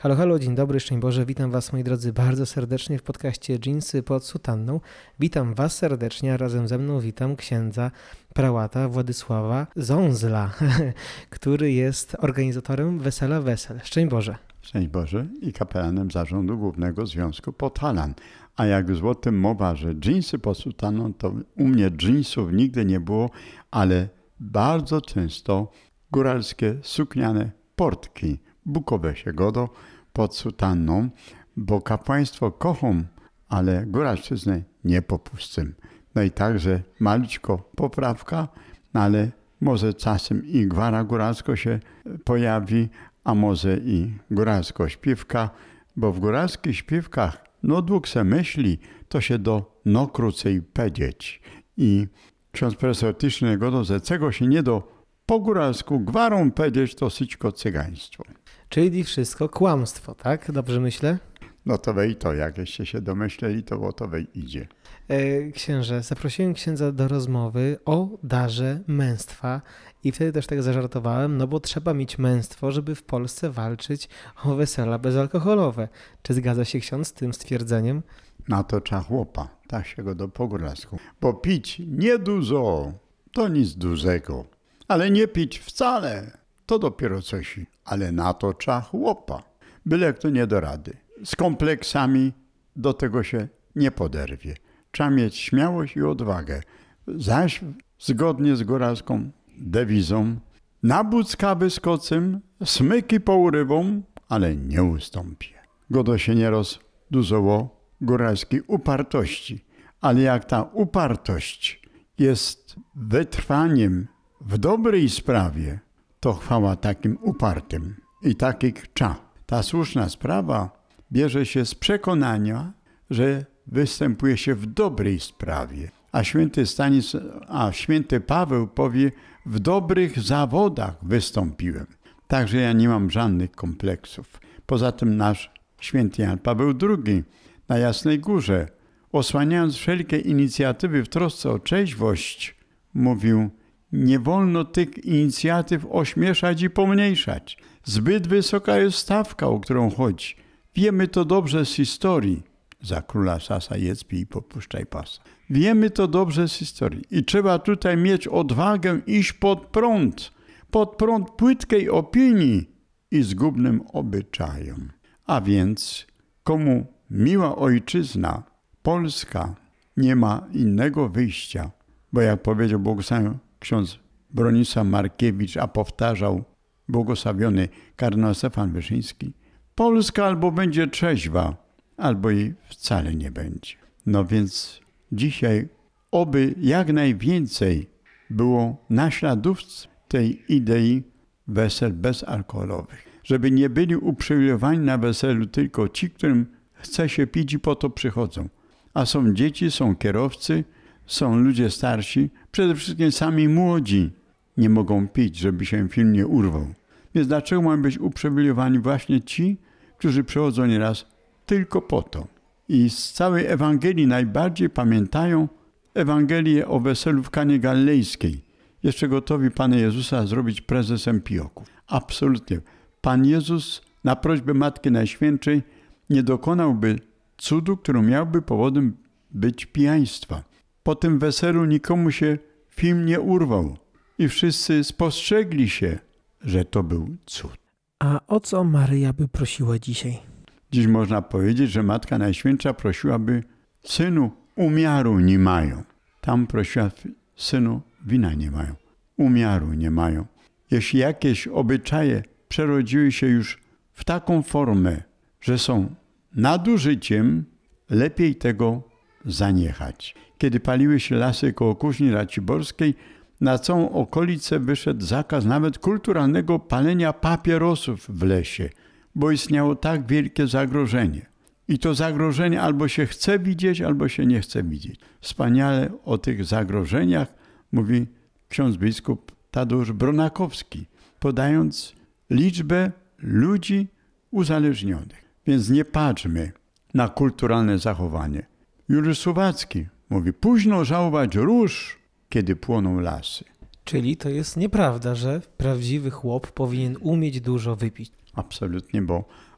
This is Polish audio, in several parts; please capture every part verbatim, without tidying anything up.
Halo, halo, dzień dobry, szczęść Boże, witam Was moi drodzy bardzo serdecznie w podcaście Dżinsy pod sutanną. Witam Was serdecznie, a razem ze mną witam księdza prałata Władysława Zązla, który jest organizatorem Wesela Wesel. Szczęść Boże. Szczęść Boże i kapelanem Zarządu Głównego Związku Podhalan. A jak złotym mowa, że dżinsy pod sutanną, to u mnie dżinsów nigdy nie było, ale bardzo często góralskie sukniane portki bukowe się godo pod sutanną, bo kapłaństwo kocham, ale góralszczyznę nie popustym. No i także maliczko poprawka, ale może czasem i gwara góralsko się pojawi, a może i góralsko śpiewka, bo w góralskich śpiewkach no dług se myśli, to się do no krócej powiedzieć. I ksiądz profesor Tyszny godo, że czego się nie do po góralsku gwarą powiedzieć, to syćko cygaństwo. Czyli wszystko kłamstwo, tak? Dobrze myślę? No to wej to, jakście się domyśleli, to o to wej idzie. E, księże, zaprosiłem księdza do rozmowy o darze męstwa i wtedy też tak zażartowałem, no bo trzeba mieć męstwo, żeby w Polsce walczyć o wesela bezalkoholowe. Czy zgadza się ksiądz z tym stwierdzeniem? Na to trzeba chłopa, tak się go do po góralsku. Bo pić nie dużo, to nic dużego, ale nie pić wcale, to dopiero coś, ale na to trzeba chłopa. Byle kto nie do rady. Z kompleksami do tego się nie poderwie. Trzeba mieć śmiałość i odwagę. Zaś zgodnie z góralską dewizą na buckawy z kocem, smyki pourywą, ale nie ustąpię. Godo się nieraz dużo góralskiej upartości. Ale jak ta upartość jest wytrwaniem w dobrej sprawie, to chwała takim upartym i takich cza. Ta słuszna sprawa bierze się z przekonania, że występuje się w dobrej sprawie. A święty Stanis, a święty Paweł powie, w dobrych zawodach wystąpiłem. Także ja nie mam żadnych kompleksów. Poza tym nasz święty Jan Paweł drugi na Jasnej Górze, osłaniając wszelkie inicjatywy w trosce o trzeźwość, mówił: nie wolno tych inicjatyw ośmieszać i pomniejszać. Zbyt wysoka jest stawka, o którą chodzi. Wiemy to dobrze z historii. Za króla Sasa jedz, pij i popuszczaj pasa. Wiemy to dobrze z historii. I trzeba tutaj mieć odwagę iść pod prąd. Pod prąd płytkiej opinii i zgubnym obyczajom. A więc komu miła ojczyzna, Polska, nie ma innego wyjścia. Bo jak powiedział błogosławiony ksiądz Bronisław Markiewicz, a powtarzał błogosławiony kardynał Stefan Wyszyński, Polska albo będzie trzeźwa, albo jej wcale nie będzie. No więc dzisiaj oby jak najwięcej było naśladowców tej idei wesel bezalkoholowych. Żeby nie byli uprzywilejowani na weselu tylko ci, którym chce się pić i po to przychodzą. A są dzieci, są kierowcy, są ludzie starsi, przede wszystkim sami młodzi nie mogą pić, żeby się film nie urwał. Więc dlaczego mają być uprzywilejowani właśnie ci, którzy przychodzą nieraz tylko po to? I z całej Ewangelii najbardziej pamiętają Ewangelię o weselu w Kanie Galilejskiej. Jeszcze gotowi Pana Jezusa zrobić prezesem pijoków. Absolutnie. Pan Jezus na prośbę Matki Najświętszej nie dokonałby cudu, który miałby powodem być pijaństwa. Po tym weselu nikomu się film nie urwał i wszyscy spostrzegli się, że to był cud. A o co Maryja by prosiła dzisiaj? Dziś można powiedzieć, że Matka Najświętsza prosiłaby: synu, umiaru nie mają. Tam prosiła: synu, wina nie mają. Umiaru nie mają. Jeśli jakieś obyczaje przerodziły się już w taką formę, że są nadużyciem, lepiej tego zaniechać. Kiedy paliły się lasy koło Kuźni Raciborskiej, na całą okolicę wyszedł zakaz nawet kulturalnego palenia papierosów w lesie, bo istniało tak wielkie zagrożenie. I to zagrożenie albo się chce widzieć, albo się nie chce widzieć. Wspaniale o tych zagrożeniach mówi ksiądz biskup Tadeusz Bronakowski, podając liczbę ludzi uzależnionych. Więc nie patrzmy na kulturalne zachowanie. Juliusz Słowacki mówi: późno żałować róż, kiedy płoną lasy. Czyli to jest nieprawda, że prawdziwy chłop powinien umieć dużo wypić. Absolutnie, bo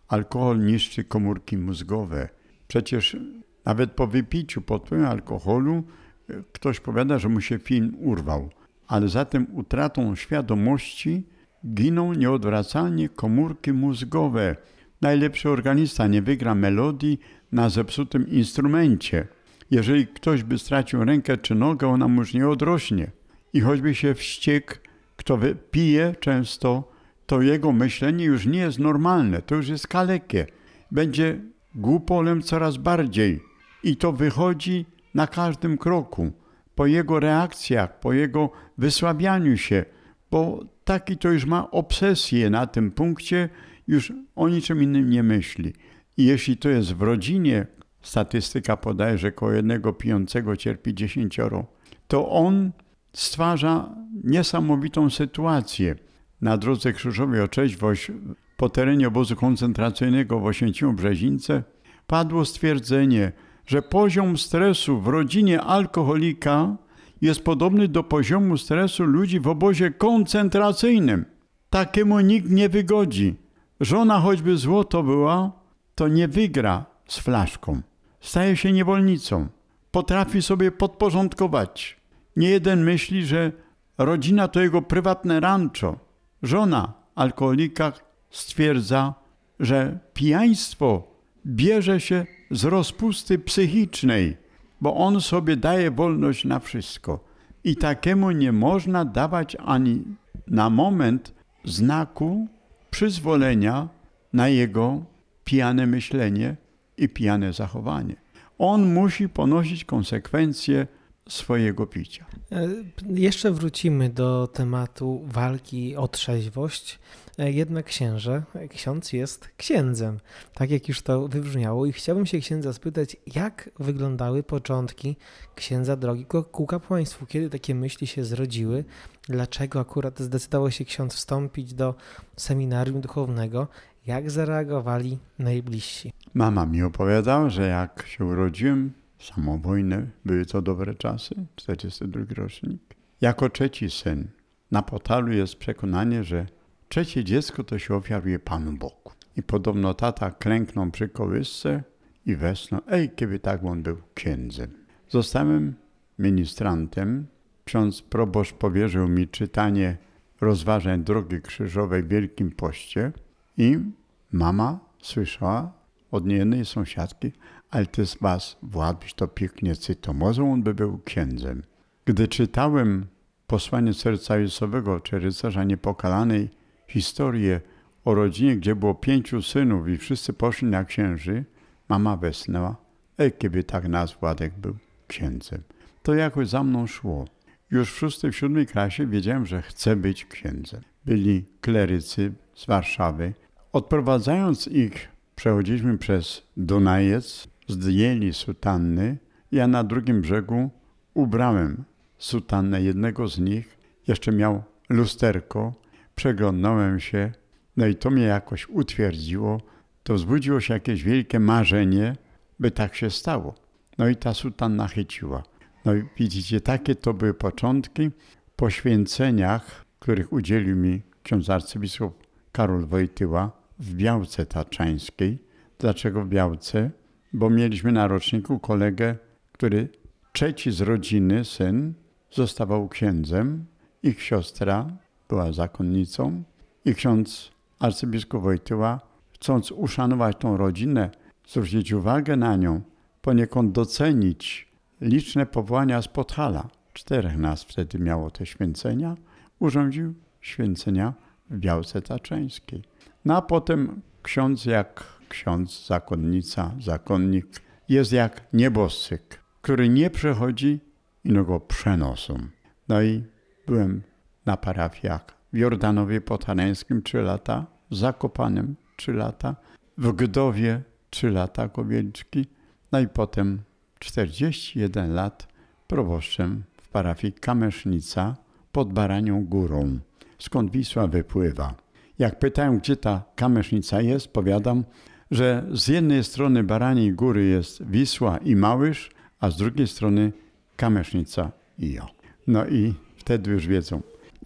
alkohol niszczy komórki mózgowe. Przecież nawet po wypiciu, po wpływem alkoholu ktoś powiada, że mu się film urwał. Ale za tym utratą świadomości giną nieodwracalnie komórki mózgowe. Najlepszy organista nie wygra melodii na zepsutym instrumencie. Jeżeli ktoś by stracił rękę czy nogę, ona mu już nie odrośnie. I choćby się wściekł, kto pije często, to jego myślenie już nie jest normalne, to już jest kalekie. Będzie głupolem coraz bardziej. I to wychodzi na każdym kroku, po jego reakcjach, po jego wysłabianiu się, bo taki to już ma obsesję na tym punkcie, już o niczym innym nie myśli. I jeśli to jest w rodzinie, statystyka podaje, że koło jednego pijącego cierpi dziesięcioro, to on stwarza niesamowitą sytuację. Na drodze krzyżowej o trzeźwość po terenie obozu koncentracyjnego w Oświęcimiu-Brzezince padło stwierdzenie, że poziom stresu w rodzinie alkoholika jest podobny do poziomu stresu ludzi w obozie koncentracyjnym. Takiemu nikt nie wygodzi. Żona choćby złoto była, to nie wygra z flaszką. Staje się niewolnicą. Potrafi sobie podporządkować. Nie jeden myśli, że rodzina to jego prywatne rancho. Żona alkoholika stwierdza, że pijaństwo bierze się z rozpusty psychicznej, bo on sobie daje wolność na wszystko. I takiemu nie można dawać ani na moment znaku przyzwolenia na jego pijane myślenie i pijane zachowanie. On musi ponosić konsekwencje swojego picia. Jeszcze wrócimy do tematu walki o trzeźwość. Jednak księże, ksiądz jest księdzem, tak jak już to wybrzmiało, i chciałbym się księdza spytać, jak wyglądały początki księdza drogi ku kapłaństwu, kiedy takie myśli się zrodziły, dlaczego akurat zdecydował się ksiądz wstąpić do seminarium duchownego, jak zareagowali najbliżsi. Mama mi opowiadała, że jak się urodziłem, samą wojnę, były to dobre czasy, czterdziesty drugi rocznik. Jako trzeci syn na Potalu jest przekonanie, że trzecie dziecko to się ofiaruje Panu Bogu. I podobno tata klęknął przy kołysce i wesnął, ej, kiedy tak on był księdzem. Zostałem ministrantem. Ksiądz proboszcz powierzył mi czytanie rozważań Drogi Krzyżowej w Wielkim Poście i mama słyszała od jednej sąsiadki, ale ty z was, Władbyś, to pięknie cyto, może on by był księdzem. Gdy czytałem Posłanie Serca Jezusowego, czy Rycerza Niepokalanej, historię o rodzinie, gdzie było pięciu synów i wszyscy poszli na księży, mama wesnęła, ej, kiedy tak nas Władek był księdzem. To jakoś za mną szło. Już w szóstej, w siódmej klasie wiedziałem, że chcę być księdzem. Byli klerycy z Warszawy. Odprowadzając ich, przechodziliśmy przez Dunajec, zdjęli sutanny. Ja na drugim brzegu ubrałem sutannę jednego z nich. Jeszcze miał lusterko. Przeglądnąłem się. No i to mnie jakoś utwierdziło. To wzbudziło się jakieś wielkie marzenie, by tak się stało. No i ta sutanna chyciła. No i widzicie, takie to były początki. Po święceniach, których udzielił mi ksiądz arcybiskup Karol Wojtyła w Białce Tatrzańskiej. Dlaczego w Białce? Bo mieliśmy na roczniku kolegę, który trzeci z rodziny, syn, zostawał księdzem. Ich siostra była zakonnicą. I ksiądz arcybiskup Wojtyła, chcąc uszanować tą rodzinę, zwrócić uwagę na nią, poniekąd docenić liczne powołania z Podhala. Czterech nas wtedy miało te święcenia. Urządził święcenia w Białce Tatrzańskiej. No a potem ksiądz jak ksiądz, zakonnica, zakonnik jest jak nieboszczyk, który nie przechodzi, ino go przenoszą. No i byłem na parafiach w Jordanowie Podhalańskim trzy lata, w Zakopanem trzy lata, w Gdowie trzy lata Kobieliczki, no i potem czterdzieści jeden lat proboszczem w parafii Kamesznica pod Baranią Górą, skąd Wisła wypływa. Jak pytają, gdzie ta Kamesznica jest, powiadam, że z jednej strony Baraniej Góry jest Wisła i Małysz, a z drugiej strony Kamesznica i ja. No i wtedy już wiedzą.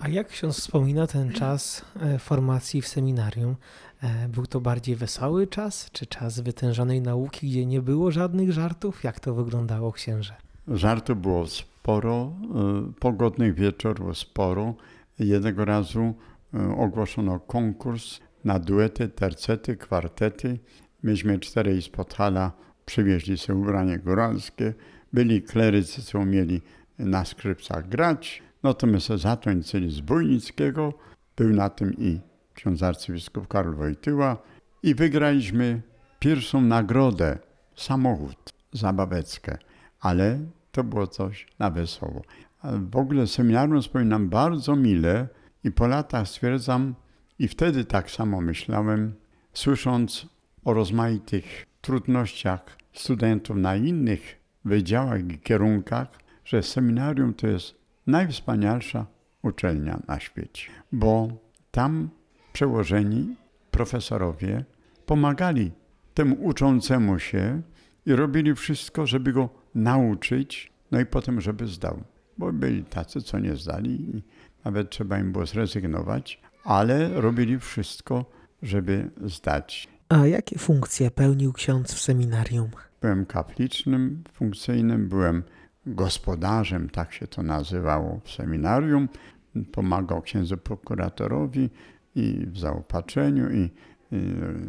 A jak ksiądz wspomina ten czas formacji w seminarium? Był to bardziej wesoły czas, czy czas wytężonej nauki, gdzie nie było żadnych żartów? Jak to wyglądało, księże? Żartów było sporo, pogodnych wieczorów sporo. Jednego razu ogłoszono konkurs na duety, tercety, kwartety. Myśmy czterej z Podhala przywieźli sobie ubranie góralskie. Byli klerycy, co umieli na skrzypcach grać. No to my sobie zatańczyli z Bójnickiego. Był na tym i ksiądz arcybiskup Karol Wojtyła. I wygraliśmy pierwszą nagrodę, samochód, zabaweckę. Ale to było coś na wesoło. W ogóle seminarium wspominam bardzo mile i po latach stwierdzam, i wtedy tak samo myślałem, słysząc o rozmaitych trudnościach studentów na innych wydziałach i kierunkach, że seminarium to jest najwspanialsza uczelnia na świecie, bo tam przełożeni profesorowie pomagali temu uczącemu się i robili wszystko, żeby go nauczyć, no i potem, żeby zdał. Bo byli tacy, co nie zdali i nawet trzeba im było zrezygnować, ale robili wszystko, żeby zdać. A jakie funkcje pełnił ksiądz w seminarium? Byłem kaplicznym, funkcyjnym, byłem gospodarzem, tak się to nazywało w seminarium. Pomagał księdzu prokuratorowi i w zaopatrzeniu, i, i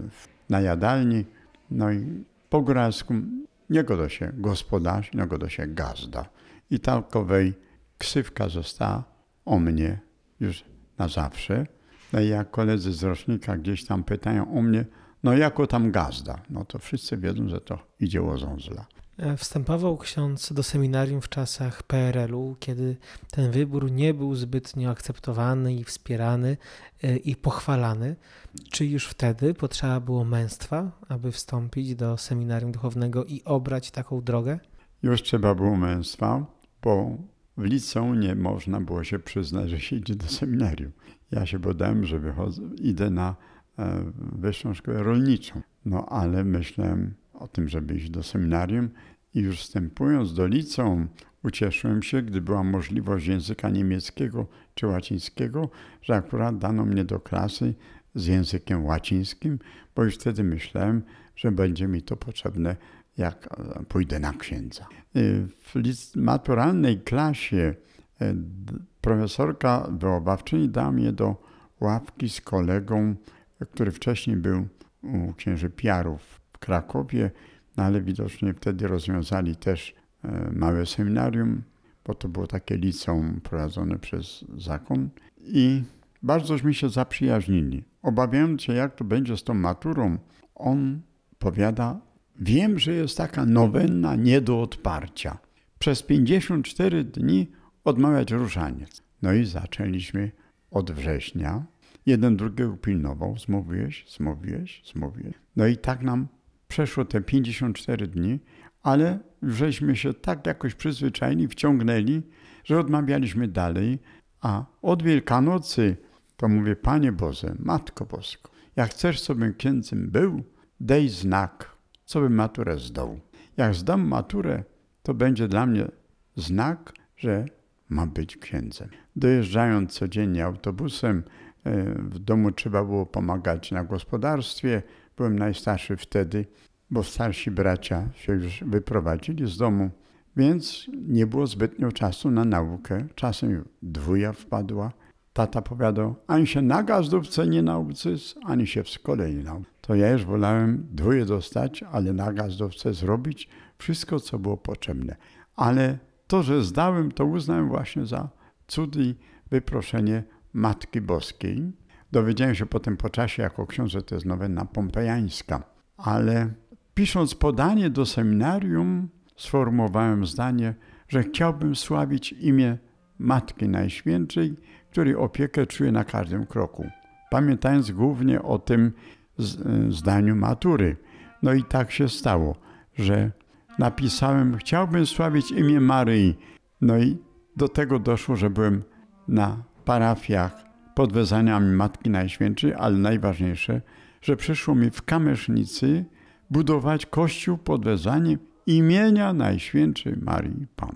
na jadalni. No i po góralsku nie godo się gospodarz, nie godo się gazda. I takowej ksywka została o mnie już na zawsze. No i jak koledzy z rocznika gdzieś tam pytają o mnie, no jako tam gazda, no to wszyscy wiedzą, że to idzie o Zązla. Wstępował ksiądz do seminarium w czasach P R L u, kiedy ten wybór nie był zbytnio akceptowany i wspierany i pochwalany. Czy już wtedy potrzeba było męstwa, aby wstąpić do seminarium duchownego i obrać taką drogę? Już trzeba było męstwa, bo w liceum nie można było się przyznać, że się idzie do seminarium. Ja się podałem, że wychodzę, idę na e, wyższą szkołę rolniczą. No ale myślałem o tym, żeby iść do seminarium i już wstępując do liceum ucieszyłem się, gdy była możliwość języka niemieckiego czy łacińskiego, że akurat dano mnie do klasy z językiem łacińskim, bo już wtedy myślałem, że będzie mi to potrzebne, jak pójdę na księdza. W maturalnej klasie profesorka wychowawczyni dała mnie do ławki z kolegą, który wcześniej był u księży Piarów w Krakowie, no ale widocznie wtedy rozwiązali też małe seminarium, bo to było takie liceum prowadzone przez zakon i bardzośmy się zaprzyjaźnili. Obawiając się, jak to będzie z tą maturą, on powiada, wiem, że jest taka nowenna nie do odparcia. Przez pięćdziesiąt cztery dni odmawiać różaniec. No i zaczęliśmy od września. Jeden drugiego pilnował, zmówiłeś, zmówiłeś, zmówiłeś. No i tak nam przeszło te pięćdziesiąt cztery dni, ale żeśmy się tak jakoś przyzwyczaili, wciągnęli, że odmawialiśmy dalej, a od Wielkanocy to mówię, Panie Boże, Matko Bosko, jak chcesz, co bym księdzem był, daj znak, co bym maturę zdał. Jak zdam maturę, to będzie dla mnie znak, że mam być księdzem. Dojeżdżając codziennie autobusem, w domu trzeba było pomagać na gospodarstwie. Byłem najstarszy wtedy, bo starsi bracia się już wyprowadzili z domu, więc nie było zbytnio czasu na naukę. Czasem dwuja wpadła. Tata powiadał, ani się na gazdówce nie nauczysz, ani się w szkole nie nauczysz. To ja już wolałem dwóje dostać, ale na gazdówce zrobić wszystko, co było potrzebne. Ale to, że zdałem, to uznałem właśnie za cud i wyproszenie Matki Boskiej. Dowiedziałem się potem po czasie jako ksiądz, że to jest nowenna pompejańska. Ale pisząc podanie do seminarium, sformułowałem zdanie, że chciałbym sławić imię Matki Najświętszej, której opiekę czuję na każdym kroku. Pamiętając głównie o tym zdaniu matury. No i tak się stało, że napisałem, chciałbym sławić imię Maryi. No i do tego doszło, że byłem na parafiach pod wezaniami Matki Najświętszej, ale najważniejsze, że przyszło mi w Kamysznicy budować kościół pod wezaniem imienia Najświętszej Marii Panny.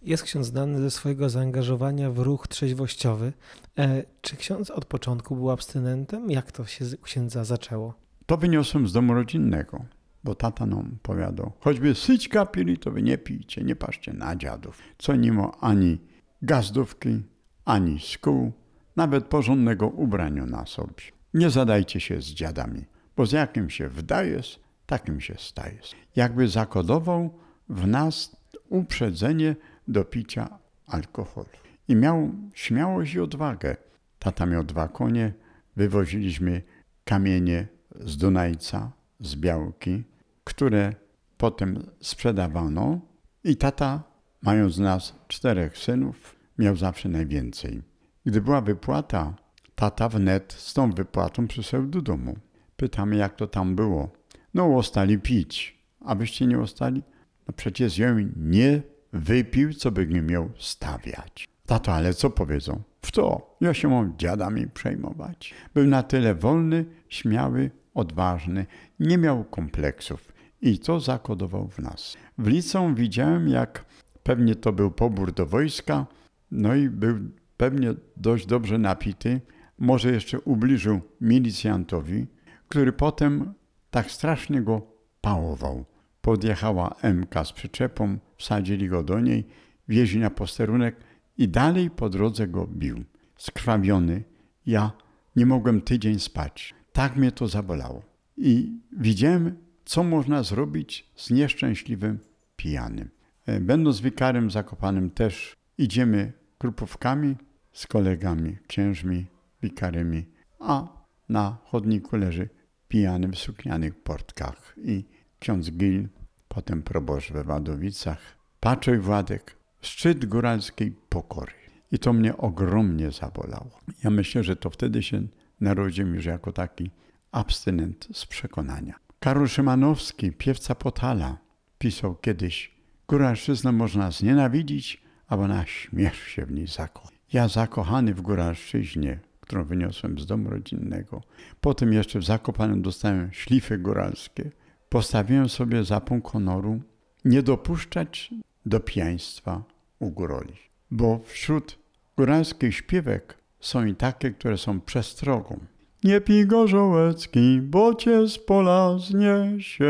Jest ksiądz znany ze swojego zaangażowania w ruch trzeźwościowy. E, czy ksiądz od początku był abstynentem? Jak to się u księdza zaczęło? To wyniosłem z domu rodzinnego, bo tata nam powiadał, choćby syćka pili, to wy nie pijcie, nie patrzcie na dziadów. Co nie ma ani gazdówki, ani skół, nawet porządnego ubrania na sobie. Nie zadajcie się z dziadami, bo z jakim się wdajesz, takim się stajesz. Jakby zakodował w nas uprzedzenie do picia alkoholu. I miał śmiałość i odwagę. Tata miał dwa konie, wywoziliśmy kamienie z Dunajca, z Białki, które potem sprzedawano i tata, mając z nas czterech synów, miał zawsze najwięcej. Gdy była wypłata, tata wnet z tą wypłatą przyszedł do domu. Pytamy, jak to tam było. No, ostali pić. Abyście nie ostali? No przecież ją nie wypił, co by nie miał stawiać. Tato, ale co powiedzą? W to, ja się mam dziadami przejmować. Był na tyle wolny, śmiały, odważny, nie miał kompleksów i to zakodował w nas. W liceum widziałem, jak pewnie to był pobór do wojska, no i był pewnie dość dobrze napity, może jeszcze ubliżył milicjantowi, który potem tak strasznie go pałował. Podjechała em ka z przyczepą, wsadzili go do niej, wieźli na posterunek i dalej po drodze go bił. Skrwawiony, ja nie mogłem tydzień spać. Tak mnie to zabolało. I widziałem, co można zrobić z nieszczęśliwym pijanym. Będąc wikarym Zakopanem też idziemy grupówkami z kolegami, księżmi, wikarymi, a na chodniku leży pijany w suknianych portkach i ksiądz Gil, potem proboszcz we Wadowicach, Paczoj Władek, szczyt góralskiej pokory. I to mnie ogromnie zabolało. Ja myślę, że to wtedy się narodziłem już jako taki abstynent z przekonania. Karol Szymanowski, piewca Potala, pisał kiedyś: góralszczyznę można znienawidzić, albo na śmiech się w niej zakochać. Ja zakochany w góralszczyźnie, którą wyniosłem z domu rodzinnego, potem jeszcze w Zakopanem dostałem szlify góralskie, postawiłem sobie za punkt honoru nie dopuszczać do pijaństwa u góroli. Bo wśród góralskich śpiewek są i takie, które są przestrogą. Nie pij gorzołecki, bo cię z pola zniesie,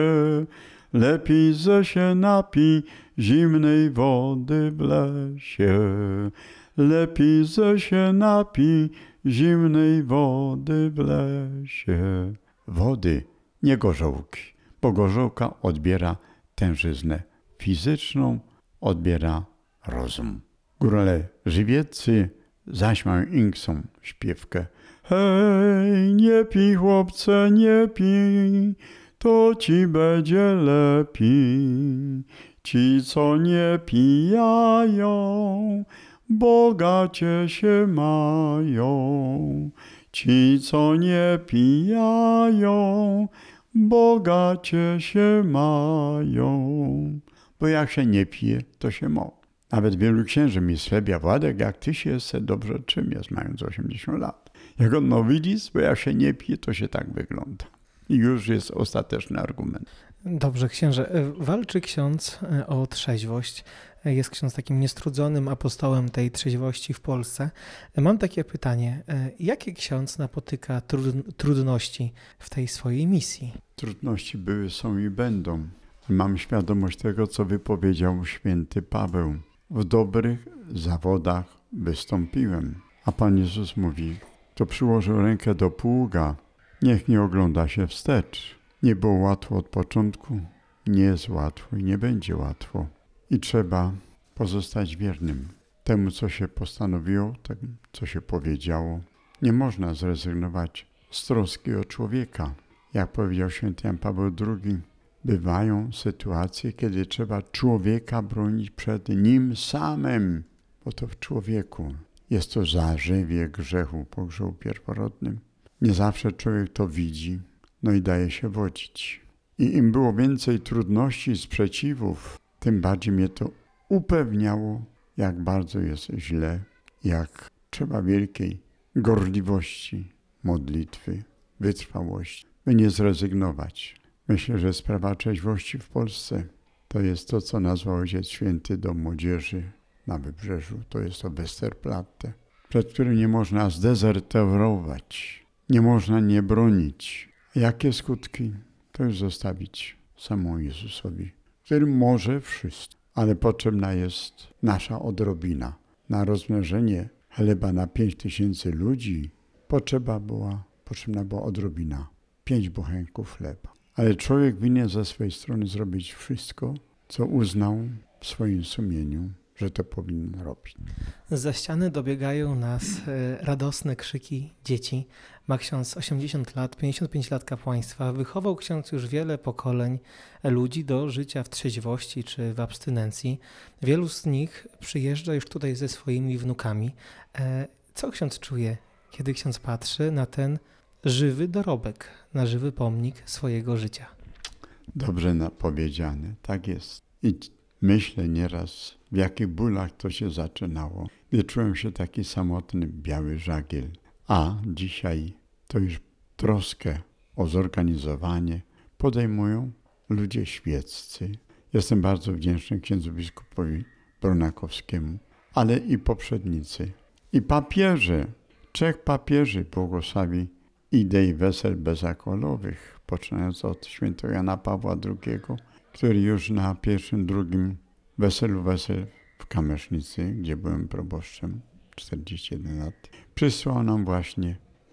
lepiej ze się napij zimnej wody w lesie. Lepiej ze się napij zimnej wody w lesie. Wody, nie gorzołki, bo gorzołka odbiera tężyznę fizyczną, odbiera rozum. Górale żywieccy zaś mają inksą śpiewkę. Hej, nie pij chłopcze, nie pij, to ci będzie lepiej. Ci, co nie pijają, bogacie się mają. Ci, co nie pijają, bogacie się mają. Bo jak się nie pije, to się ma. Nawet wielu księży mi srebia: Władek, jak ty się jeszcze dobrze czym jest, mając osiemdziesiąt lat. Jak on no widzisz, bo jak się nie pije, to się tak wygląda. I już jest ostateczny argument. Dobrze, księże. Walczy ksiądz o trzeźwość. Jest ksiądz takim niestrudzonym apostołem tej trzeźwości w Polsce. Mam takie pytanie. Jakie ksiądz napotyka trudności w tej swojej misji? Trudności były, są i będą. Mam świadomość tego, co wypowiedział święty Paweł. W dobrych zawodach wystąpiłem. A Pan Jezus mówi: kto przyłożył rękę do pługa, niech nie ogląda się wstecz. Nie było łatwo od początku, nie jest łatwo i nie będzie łatwo. I trzeba pozostać wiernym temu, co się postanowiło, temu, co się powiedziało. Nie można zrezygnować z troski o człowieka. Jak powiedział święty Jan Paweł drugi, bywają sytuacje, kiedy trzeba człowieka bronić przed nim samym, bo to w człowieku jest to zarzewie grzechu po grzechu pierworodnym. Nie zawsze człowiek to widzi, no i daje się wodzić. I im było więcej trudności i sprzeciwów, tym bardziej mnie to upewniało, jak bardzo jest źle, jak trzeba wielkiej gorliwości, modlitwy, wytrwałości, by nie zrezygnować. Myślę, że sprawa trzeźwości w Polsce to jest to, co nazwał Ojciec Święty do młodzieży. na wybrzeżu, to jest to Westerplatte, przed którym nie można zdezerterować, nie można nie bronić. Jakie skutki? To już zostawić samemu Jezusowi, który może wszystko, ale potrzebna jest nasza odrobina. Na rozmnożenie chleba na pięć tysięcy ludzi potrzeba była, potrzebna była odrobina, pięć bochenków chleba. Ale człowiek winien ze swojej strony zrobić wszystko, co uznał w swoim sumieniu, że to powinien robić. Za ściany dobiegają nas radosne krzyki dzieci. Ma ksiądz osiemdziesiąt lat, pięćdziesiąt pięć lat kapłaństwa. Wychował ksiądz już wiele pokoleń ludzi do życia w trzeźwości czy w abstynencji. Wielu z nich przyjeżdża już tutaj ze swoimi wnukami. Co ksiądz czuje, kiedy ksiądz patrzy na ten żywy dorobek, na żywy pomnik swojego życia? Dobrze powiedziane, tak jest. I myślę nieraz, w jakich bólach to się zaczynało. Gdy czułem się taki samotny, biały żagiel. A dzisiaj to już troskę o zorganizowanie podejmują ludzie świeccy. Jestem bardzo wdzięczny księdzu biskupowi Bronakowskiemu, ale i poprzednicy. I papieże, trzech papieży błogosławi idei wesel bezalkoholowych, poczynając od świętego Jana Pawła drugiego, który już na pierwszym, drugim weselu wesel w Kamysznicy, gdzie byłem proboszczem, czterdzieści jeden lat, przysłał nam właśnie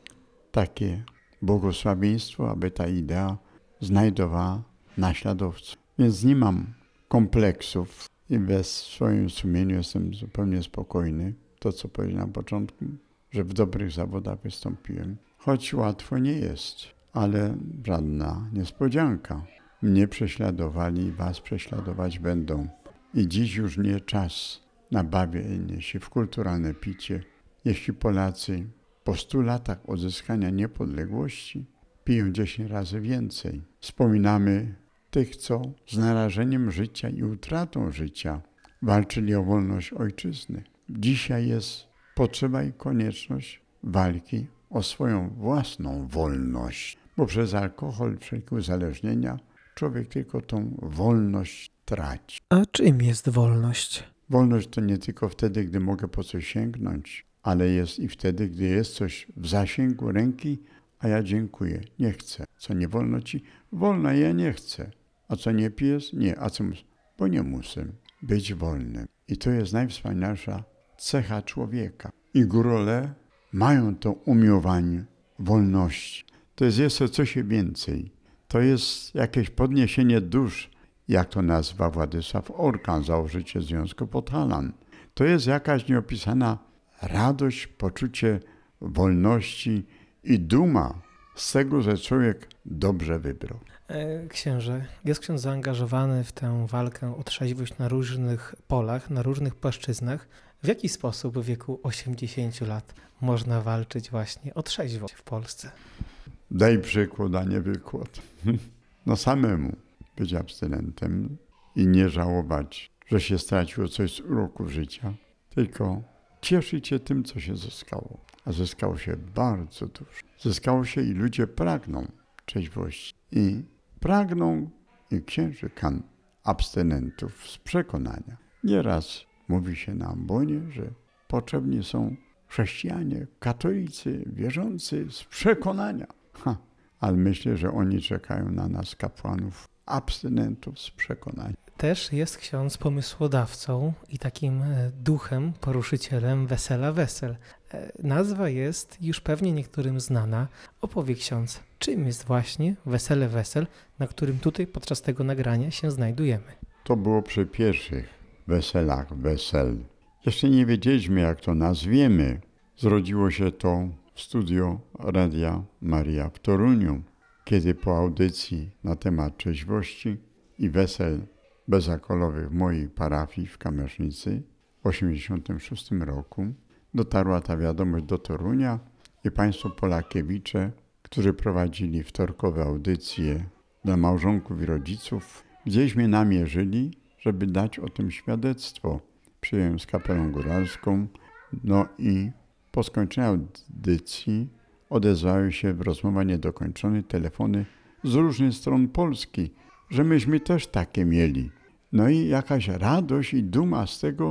takie błogosławieństwo, aby ta idea znajdowała naśladowców. Więc nie mam kompleksów i w swoim sumieniu jestem zupełnie spokojny. To, co powiedziałem na początku, że w dobrych zawodach wystąpiłem. Choć łatwo nie jest, ale żadna niespodzianka. Mnie prześladowali i was prześladować będą. I dziś już nie czas na bawienie się w kulturalne picie. Jeśli Polacy po stu latach odzyskania niepodległości piją dziesięć razy więcej. Wspominamy tych, co z narażeniem życia i utratą życia walczyli o wolność ojczyzny. Dzisiaj jest potrzeba i konieczność walki o swoją własną wolność, bo przez alkohol, wszelkie uzależnienia człowiek tylko tą wolność traci. A czym jest wolność? Wolność to nie tylko wtedy, gdy mogę po coś sięgnąć, ale jest i wtedy, gdy jest coś w zasięgu ręki, a ja dziękuję, nie chcę. Co nie wolno ci? Wolno, ja nie chcę. A co nie pijesz? Nie. A co muszę? Bo nie muszę być wolnym. I to jest najwspanialsza cecha człowieka. I górole mają to umiłowanie wolności. To jest jeszcze coś więcej. To jest jakieś podniesienie dusz, jak to nazywa Władysław Orkan, założyciel Związku Podhalan. To jest jakaś nieopisana radość, poczucie wolności i duma z tego, że człowiek dobrze wybrał. Księże, jest ksiądz zaangażowany w tę walkę o trzeźwość na różnych polach, na różnych płaszczyznach. W jaki sposób w wieku osiemdziesięciu lat można walczyć właśnie o trzeźwość w Polsce? Daj przykład, a nie wykład. No samemu być abstynentem i nie żałować, że się straciło coś z uroków życia, tylko cieszyć się tym, co się zyskało. A zyskało się bardzo dużo. Zyskało się i ludzie pragną trzeźwości. I pragną i księży kan abstynentów z przekonania. Nieraz mówi się na ambonie, że potrzebni są chrześcijanie, katolicy, wierzący z przekonania. Ha, ale myślę, że oni czekają na nas, kapłanów, abstynentów z przekonania. Też jest ksiądz pomysłodawcą i takim duchem, poruszycielem Wesela Wesel. Nazwa jest już pewnie niektórym znana. Opowie ksiądz, czym jest właśnie Wesele Wesel, na którym tutaj podczas tego nagrania się znajdujemy. To było przy pierwszych weselach wesel. Jeszcze nie wiedzieliśmy, jak to nazwiemy. Zrodziło się to w studio Radia Maria w Toruniu, kiedy po audycji na temat trzeźwości i wesel bezalkoholowych w mojej parafii w Kamysznicy w osiemdziesiątym szóstym roku dotarła ta wiadomość do Torunia i państwo Polakiewicze, którzy prowadzili wtorkowe audycje dla małżonków i rodziców, gdzieś mnie namierzyli, żeby dać o tym świadectwo. Przyjąłem z kapelą góralską, no i po skończeniu audycji odezwały się w rozmowa niedokończone telefony z różnych stron Polski, że myśmy też takie mieli. No i jakaś radość i duma z tego,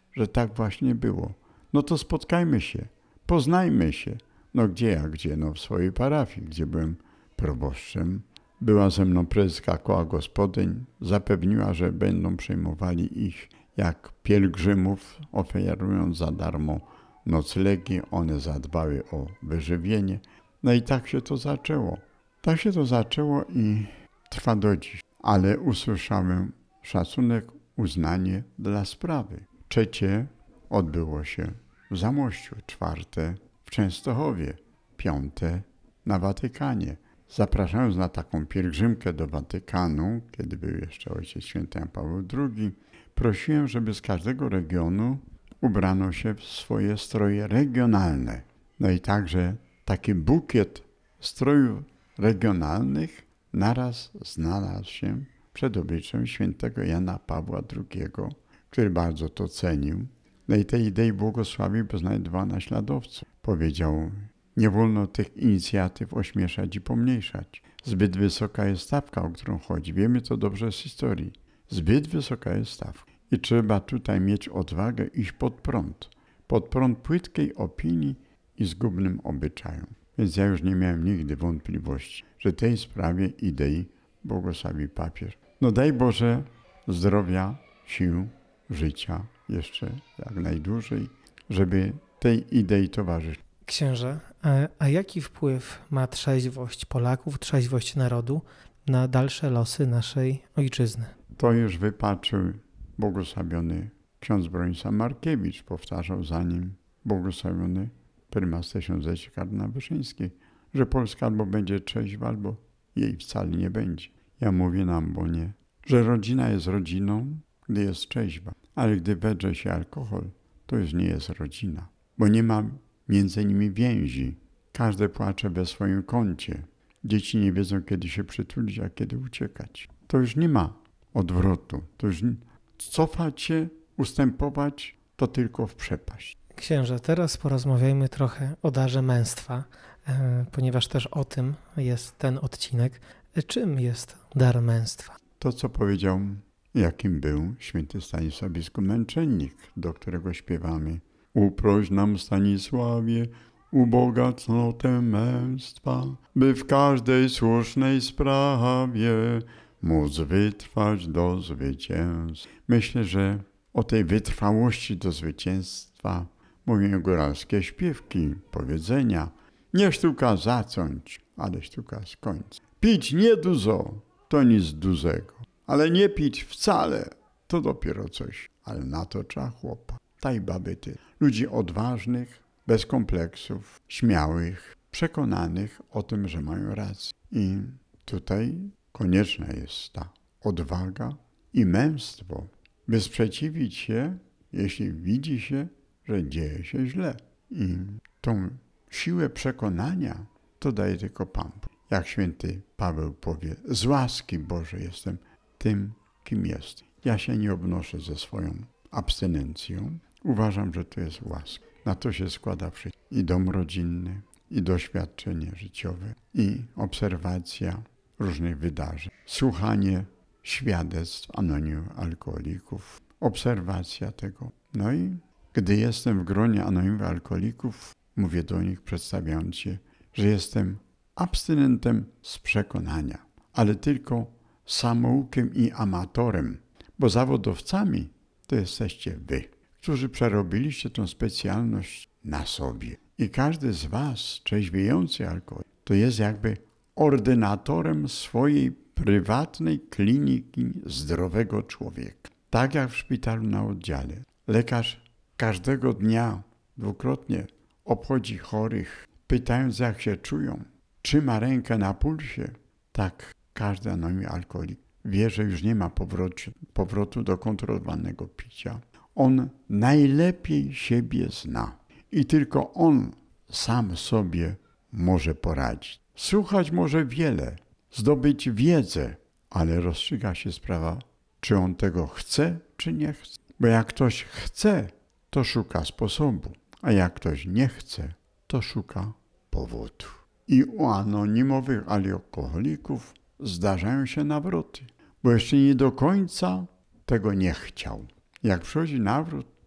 że tak właśnie było. No to spotkajmy się, poznajmy się. No gdzie ja, gdzie? No w swojej parafii, gdzie byłem proboszczem. Była ze mną prezeska koła gospodyń, zapewniła, że będą przyjmowali ich jak pielgrzymów, oferując za darmo noclegi. One zadbały o wyżywienie. No i tak się to zaczęło. Tak się to zaczęło i trwa do dziś. Ale usłyszałem szacunek, uznanie dla sprawy. Trzecie odbyło się w Zamościu, czwarte w Częstochowie, piąte na Watykanie. Zapraszając na taką pielgrzymkę do Watykanu, kiedy był jeszcze Ojciec Święty Jan Paweł drugi, prosiłem, żeby z każdego regionu ubrano się w swoje stroje regionalne. No i także taki bukiet strojów regionalnych naraz znalazł się przed obliczem świętego Jana Pawła drugiego, który bardzo to cenił. No i tej idei błogosławił, bo znajdowała naśladowców. Powiedział, nie wolno tych inicjatyw ośmieszać i pomniejszać. Zbyt wysoka jest stawka, o którą chodzi. Wiemy to dobrze z historii. Zbyt wysoka jest stawka. I trzeba tutaj mieć odwagę iść pod prąd. Pod prąd płytkiej opinii i zgubnym obyczajom. Więc ja już nie miałem nigdy wątpliwości, że tej sprawie idei błogosławi papież. No daj Boże zdrowia, sił, życia jeszcze jak najdłużej, żeby tej idei towarzyszyć. Księże, a jaki wpływ ma trzeźwość Polaków, trzeźwość narodu na dalsze losy naszej ojczyzny? To już wypatrzył błogosławiony ksiądz Bronisław Markiewicz, powtarzał za nim błogosławiony prymas tysiącleci kardynał Wyszyński, że Polska albo będzie trzeźwa, albo jej wcale nie będzie. Ja mówię na ambonie, że rodzina jest rodziną, gdy jest trzeźwa, ale gdy wedrze się alkohol, to już nie jest rodzina, bo nie ma między nimi więzi. Każde płacze we swoim kącie. Dzieci nie wiedzą, kiedy się przytulić, a kiedy uciekać. To już nie ma odwrotu. To już cofać się, ustępować, to tylko w przepaść. Księże, teraz porozmawiajmy trochę o darze męstwa, ponieważ też o tym jest ten odcinek. Czym jest dar męstwa? To, co powiedział, jakim był święty Stanisław biskup Męczennik, do którego śpiewamy. Uproś nam, Stanisławie, ubogacz cnotę męstwa, by w każdej słusznej sprawie móc wytrwać do zwycięstwa. Myślę, że o tej wytrwałości do zwycięstwa mówią góralskie śpiewki, powiedzenia. Nie sztuka zacząć, ale sztuka skończyć. Pić nie dużo, to nic dużego, ale nie pić wcale, to dopiero coś. Ale na to trzeba chłopa. Taj baby ty. Ludzi odważnych, bez kompleksów, śmiałych, przekonanych o tym, że mają rację. I tutaj konieczna jest ta odwaga i męstwo, by sprzeciwić się, jeśli widzi się, że dzieje się źle. I tą siłę przekonania to daje tylko Pan. Jak święty Paweł powie, z łaski Bożej jestem tym, kim jestem. Ja się nie obnoszę ze swoją abstynencją. Uważam, że to jest łaska. Na to się składa wszystko. I dom rodzinny, i doświadczenie życiowe, i obserwacja różnych wydarzeń. Słuchanie świadectw anonimów alkoholików, obserwacja tego. No i gdy jestem w gronie anonimów alkoholików, mówię do nich, przedstawiając się, że jestem abstynentem z przekonania, ale tylko samoukiem i amatorem, bo zawodowcami to jesteście wy, którzy przerobiliście tę specjalność na sobie. I każdy z was, trzeźwiejący alkohol, to jest jakby ordynatorem swojej prywatnej kliniki zdrowego człowieka. Tak jak w szpitalu na oddziale. Lekarz każdego dnia dwukrotnie obchodzi chorych, pytając jak się czują, trzyma rękę na pulsie. Tak każdy anonimowy alkoholik wie, że już nie ma powrotu, powrotu do kontrolowanego picia. On najlepiej siebie zna i tylko on sam sobie może poradzić. Słuchać może wiele, zdobyć wiedzę, ale rozstrzyga się sprawa, czy on tego chce, czy nie chce. Bo jak ktoś chce, to szuka sposobu, a jak ktoś nie chce, to szuka powodu. I u anonimowych alkoholików zdarzają się nawroty, bo jeszcze nie do końca tego nie chciał. Jak przychodzi nawrót,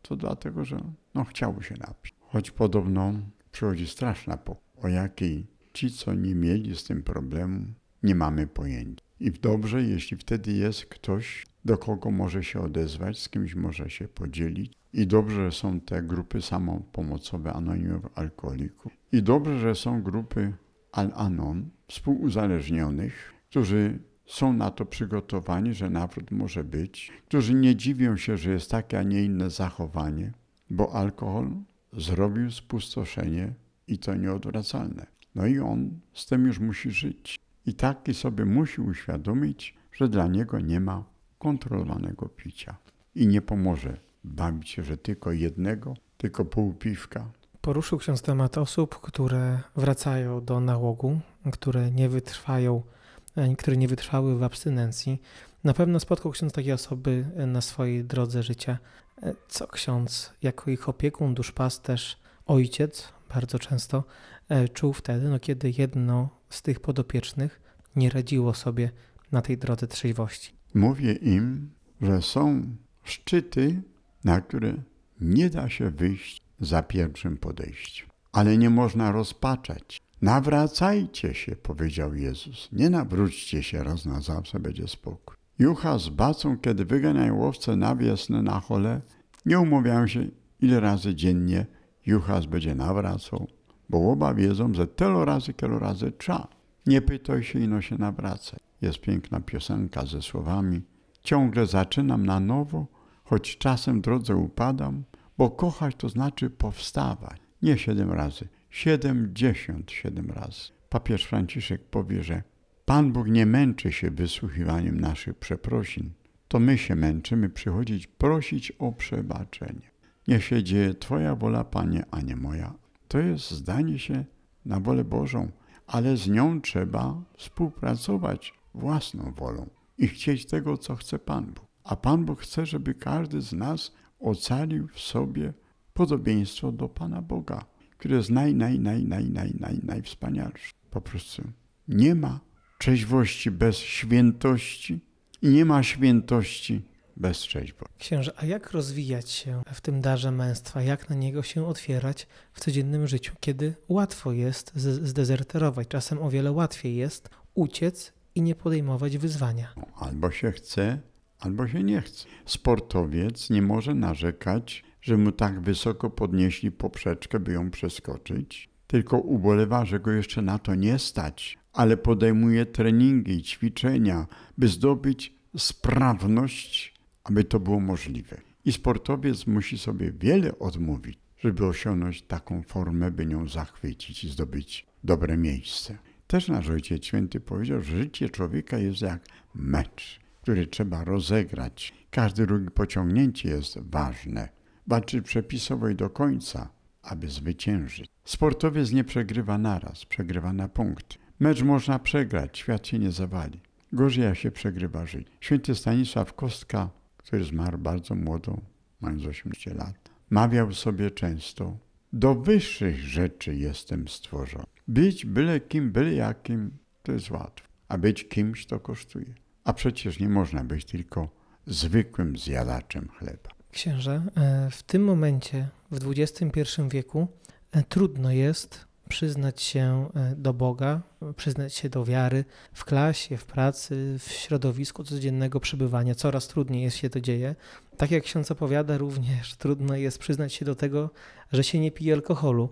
to dlatego, że no, chciało się napić. Choć podobno przychodzi straszna pora, o jakiej ci, co nie mieli z tym problemu, nie mamy pojęcia. I dobrze, jeśli wtedy jest ktoś, do kogo może się odezwać, z kimś może się podzielić. I dobrze, że są te grupy samopomocowe anonimowych alkoholików. I dobrze, że są grupy Al-Anon, współuzależnionych, którzy są na to przygotowani, że nawrót może być, którzy nie dziwią się, że jest takie, a nie inne zachowanie, bo alkohol zrobił spustoszenie i to nieodwracalne. No i on z tym już musi żyć. I taki sobie musi uświadomić, że dla niego nie ma kontrolowanego picia. I nie pomoże bawić się, że tylko jednego, tylko pół piwka. Poruszył ksiądz temat osób, które wracają do nałogu, które nie wytrwają, które nie wytrwały w abstynencji. Na pewno spotkał ksiądz takie osoby na swojej drodze życia. Co ksiądz jako ich opiekun, duszpasterz, ojciec bardzo często czuł wtedy, no, kiedy jedno z tych podopiecznych nie radziło sobie na tej drodze trzeźwości? Mówię im, że są szczyty, na które nie da się wyjść za pierwszym podejściem. Ale nie można rozpaczać. Nawracajcie się, powiedział Jezus. Nie nawróćcie się raz na zawsze, będzie spokój. Jucha z bacą, kiedy wyganiają owce na wiosnę, na chole, nie umawiają się, ile razy dziennie Juchas będzie nawracał, bo oba wiedzą, że tyle razy, tyle razy trzeba. Nie pytaj się, ino się nawracaj. Jest piękna piosenka ze słowami: ciągle zaczynam na nowo, choć czasem w drodze upadam, bo kochać to znaczy powstawać. Nie siedem razy, siedemdziesiąt siedem razy. Papież Franciszek powie, że Pan Bóg nie męczy się wysłuchiwaniem naszych przeprosin. To my się męczymy przychodzić prosić o przebaczenie. Niech się dzieje Twoja wola, Panie, a nie moja. To jest zdanie się na wolę Bożą, ale z nią trzeba współpracować własną wolą i chcieć tego, co chce Pan Bóg. A Pan Bóg chce, żeby każdy z nas ocalił w sobie podobieństwo do Pana Boga, który jest naj, naj, naj, naj, naj, naj, najwspanialszy. Po prostu nie ma trzeźwości bez świętości i nie ma świętości bez trzeźwości. Księże, a jak rozwijać się w tym darze męstwa? Jak na niego się otwierać w codziennym życiu, kiedy łatwo jest zdezerterować? Czasem o wiele łatwiej jest uciec i nie podejmować wyzwania. Albo się chce, albo się nie chce. Sportowiec nie może narzekać, że mu tak wysoko podnieśli poprzeczkę, by ją przeskoczyć, tylko ubolewa, że go jeszcze na to nie stać, ale podejmuje treningi i ćwiczenia, by zdobyć sprawność, aby to było możliwe. I sportowiec musi sobie wiele odmówić, żeby osiągnąć taką formę, by nią zachwycić i zdobyć dobre miejsce. Też nasz Ojciec Święty powiedział, że życie człowieka jest jak mecz, który trzeba rozegrać. Każde drugie pociągnięcie jest ważne. Walczy przepisowo i do końca, aby zwyciężyć. Sportowiec nie przegrywa naraz, przegrywa na punkty. Mecz można przegrać, świat się nie zawali. Gorzej jak się przegrywa życie. Święty Stanisław Kostka, który zmarł bardzo młodo, mając osiemnaście lat, mawiał sobie często: do wyższych rzeczy jestem stworzony. Być byle kim, byle jakim, to jest łatwo, a być kimś to kosztuje. A przecież nie można być tylko zwykłym zjadaczem chleba. Księże, w tym momencie, w dwudziestym pierwszym wieku, trudno jest przyznać się do Boga, przyznać się do wiary w klasie, w pracy, w środowisku codziennego przebywania. Coraz trudniej jest się to dzieje. Tak jak ksiądz opowiada, również trudno jest przyznać się do tego, że się nie pije alkoholu.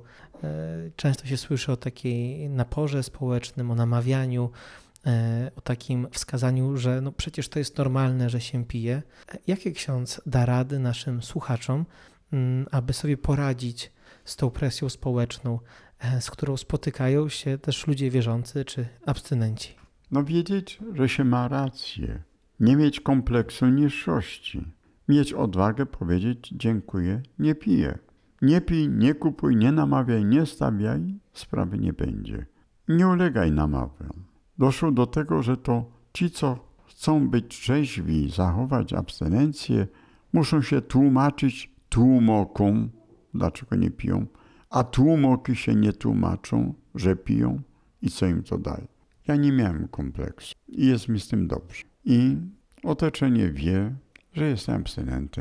Często się słyszy o takiej naporze społecznym, o namawianiu, o takim wskazaniu, że no przecież to jest normalne, że się pije. Jakie ksiądz da rady naszym słuchaczom, aby sobie poradzić z tą presją społeczną, z którą spotykają się też ludzie wierzący czy abstynenci? No wiedzieć, że się ma rację. Nie mieć kompleksu niższości. Mieć odwagę powiedzieć: dziękuję, nie piję. Nie pij, nie kupuj, nie namawiaj, nie stawiaj, sprawy nie będzie. Nie ulegaj namawiam. Doszło do tego, że to ci, co chcą być trzeźwi, zachować abstynencję, muszą się tłumaczyć tłumokom, dlaczego nie piją, a tłumoki się nie tłumaczą, że piją i co im to daje. Ja nie miałem kompleksu i jest mi z tym dobrze. I otoczenie wie, że jestem abstynentem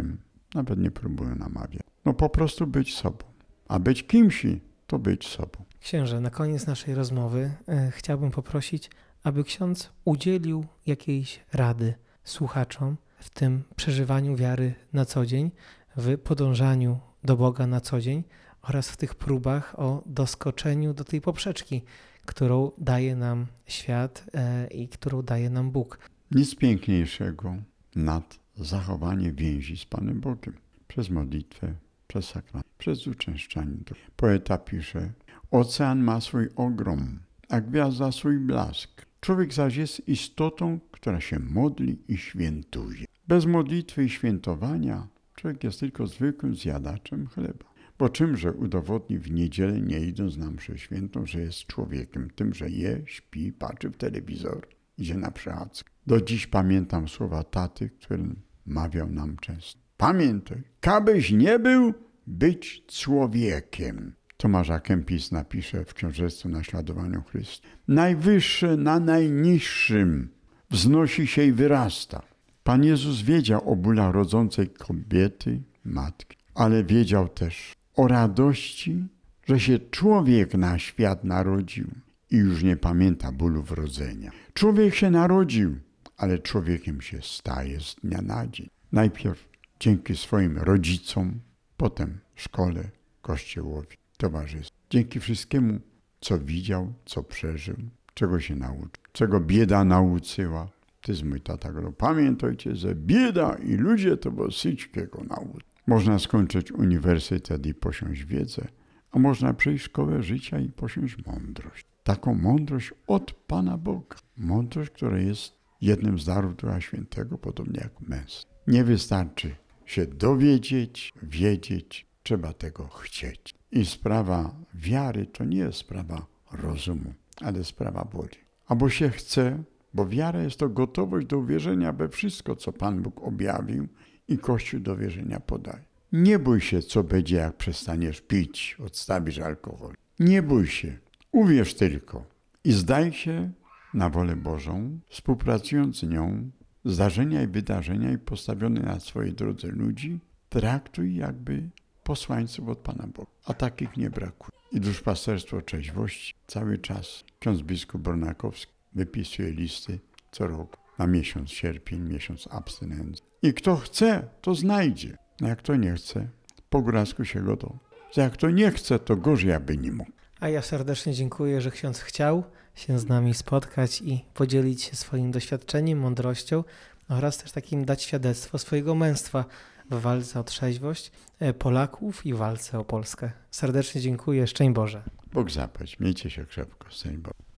Nawet nie próbuję namawiać. No po prostu być sobą. A być kimś to być sobą. Księże, na koniec naszej rozmowy e, chciałbym poprosić, aby ksiądz udzielił jakiejś rady słuchaczom w tym przeżywaniu wiary na co dzień, w podążaniu do Boga na co dzień oraz w tych próbach o doskoczeniu do tej poprzeczki, którą daje nam świat e, i którą daje nam Bóg. Nic piękniejszego nad zachowanie więzi z Panem Bogiem przez modlitwę, przez sakrament, przez uczęszczanie. Poeta pisze: ocean ma swój ogrom, a gwiazda swój blask. Człowiek zaś jest istotą, która się modli i świętuje. Bez modlitwy i świętowania człowiek jest tylko zwykłym zjadaczem chleba. Bo czymże udowodni w niedzielę, nie idąc na mszę świętą, że jest człowiekiem? Tym, że je, śpi, patrzy w telewizor, idzie na przechadzkę. Do dziś pamiętam słowa taty, który mawiał nam często: pamiętaj, kabyś nie był być człowiekiem. Tomasz A. Kempis napisze w książeczce Naśladowaniu Chrystusa: najwyższe na najniższym wznosi się i wyrasta. Pan Jezus wiedział o bólach rodzącej kobiety, matki, ale wiedział też o radości, że się człowiek na świat narodził i już nie pamięta bólów rodzenia. Człowiek się narodził, ale człowiekiem się staje z dnia na dzień. Najpierw dzięki swoim rodzicom, potem szkole, kościołowi, towarzystwu. Dzięki wszystkiemu, co widział, co przeżył, czego się nauczył, czego bieda nauczyła. To jest mój tata. Pamiętajcie, że bieda i ludzie to bo syćkiego nauczy. Można skończyć uniwersytet i posiąść wiedzę, a można przejść szkołę życia i posiąść mądrość. Taką mądrość od Pana Boga. Mądrość, która jest jednym z darów Ducha Świętego, podobnie jak męstwo. Nie wystarczy się dowiedzieć, wiedzieć, trzeba tego chcieć. I sprawa wiary to nie jest sprawa rozumu, ale sprawa woli. Albo się chce, bo wiara jest to gotowość do uwierzenia we wszystko, co Pan Bóg objawił i Kościół do wierzenia podaje. Nie bój się, co będzie, jak przestaniesz pić, odstawisz alkohol. Nie bój się, uwierz tylko i zdaj się na wolę Bożą, współpracując z nią, zdarzenia i wydarzenia i postawione na swojej drodze ludzi, traktuj jakby posłańców od Pana Boga, a takich nie brakuje. I duszpasterstwo trzeźwości cały czas. Ksiądz biskup Bornakowski wypisuje listy co roku na miesiąc sierpień, miesiąc abstynencji. I kto chce, to znajdzie. A jak to nie chce, po góralsku się go to. Jak to nie chce, to gorzej aby nie mógł. A ja serdecznie dziękuję, że ksiądz chciał się z nami spotkać i podzielić się swoim doświadczeniem, mądrością oraz też takim dać świadectwo swojego męstwa w walce o trzeźwość Polaków i walce o Polskę. Serdecznie dziękuję. Szczęść Boże. Bóg zapłać. Miejcie się krzepko. Szczęść Boże.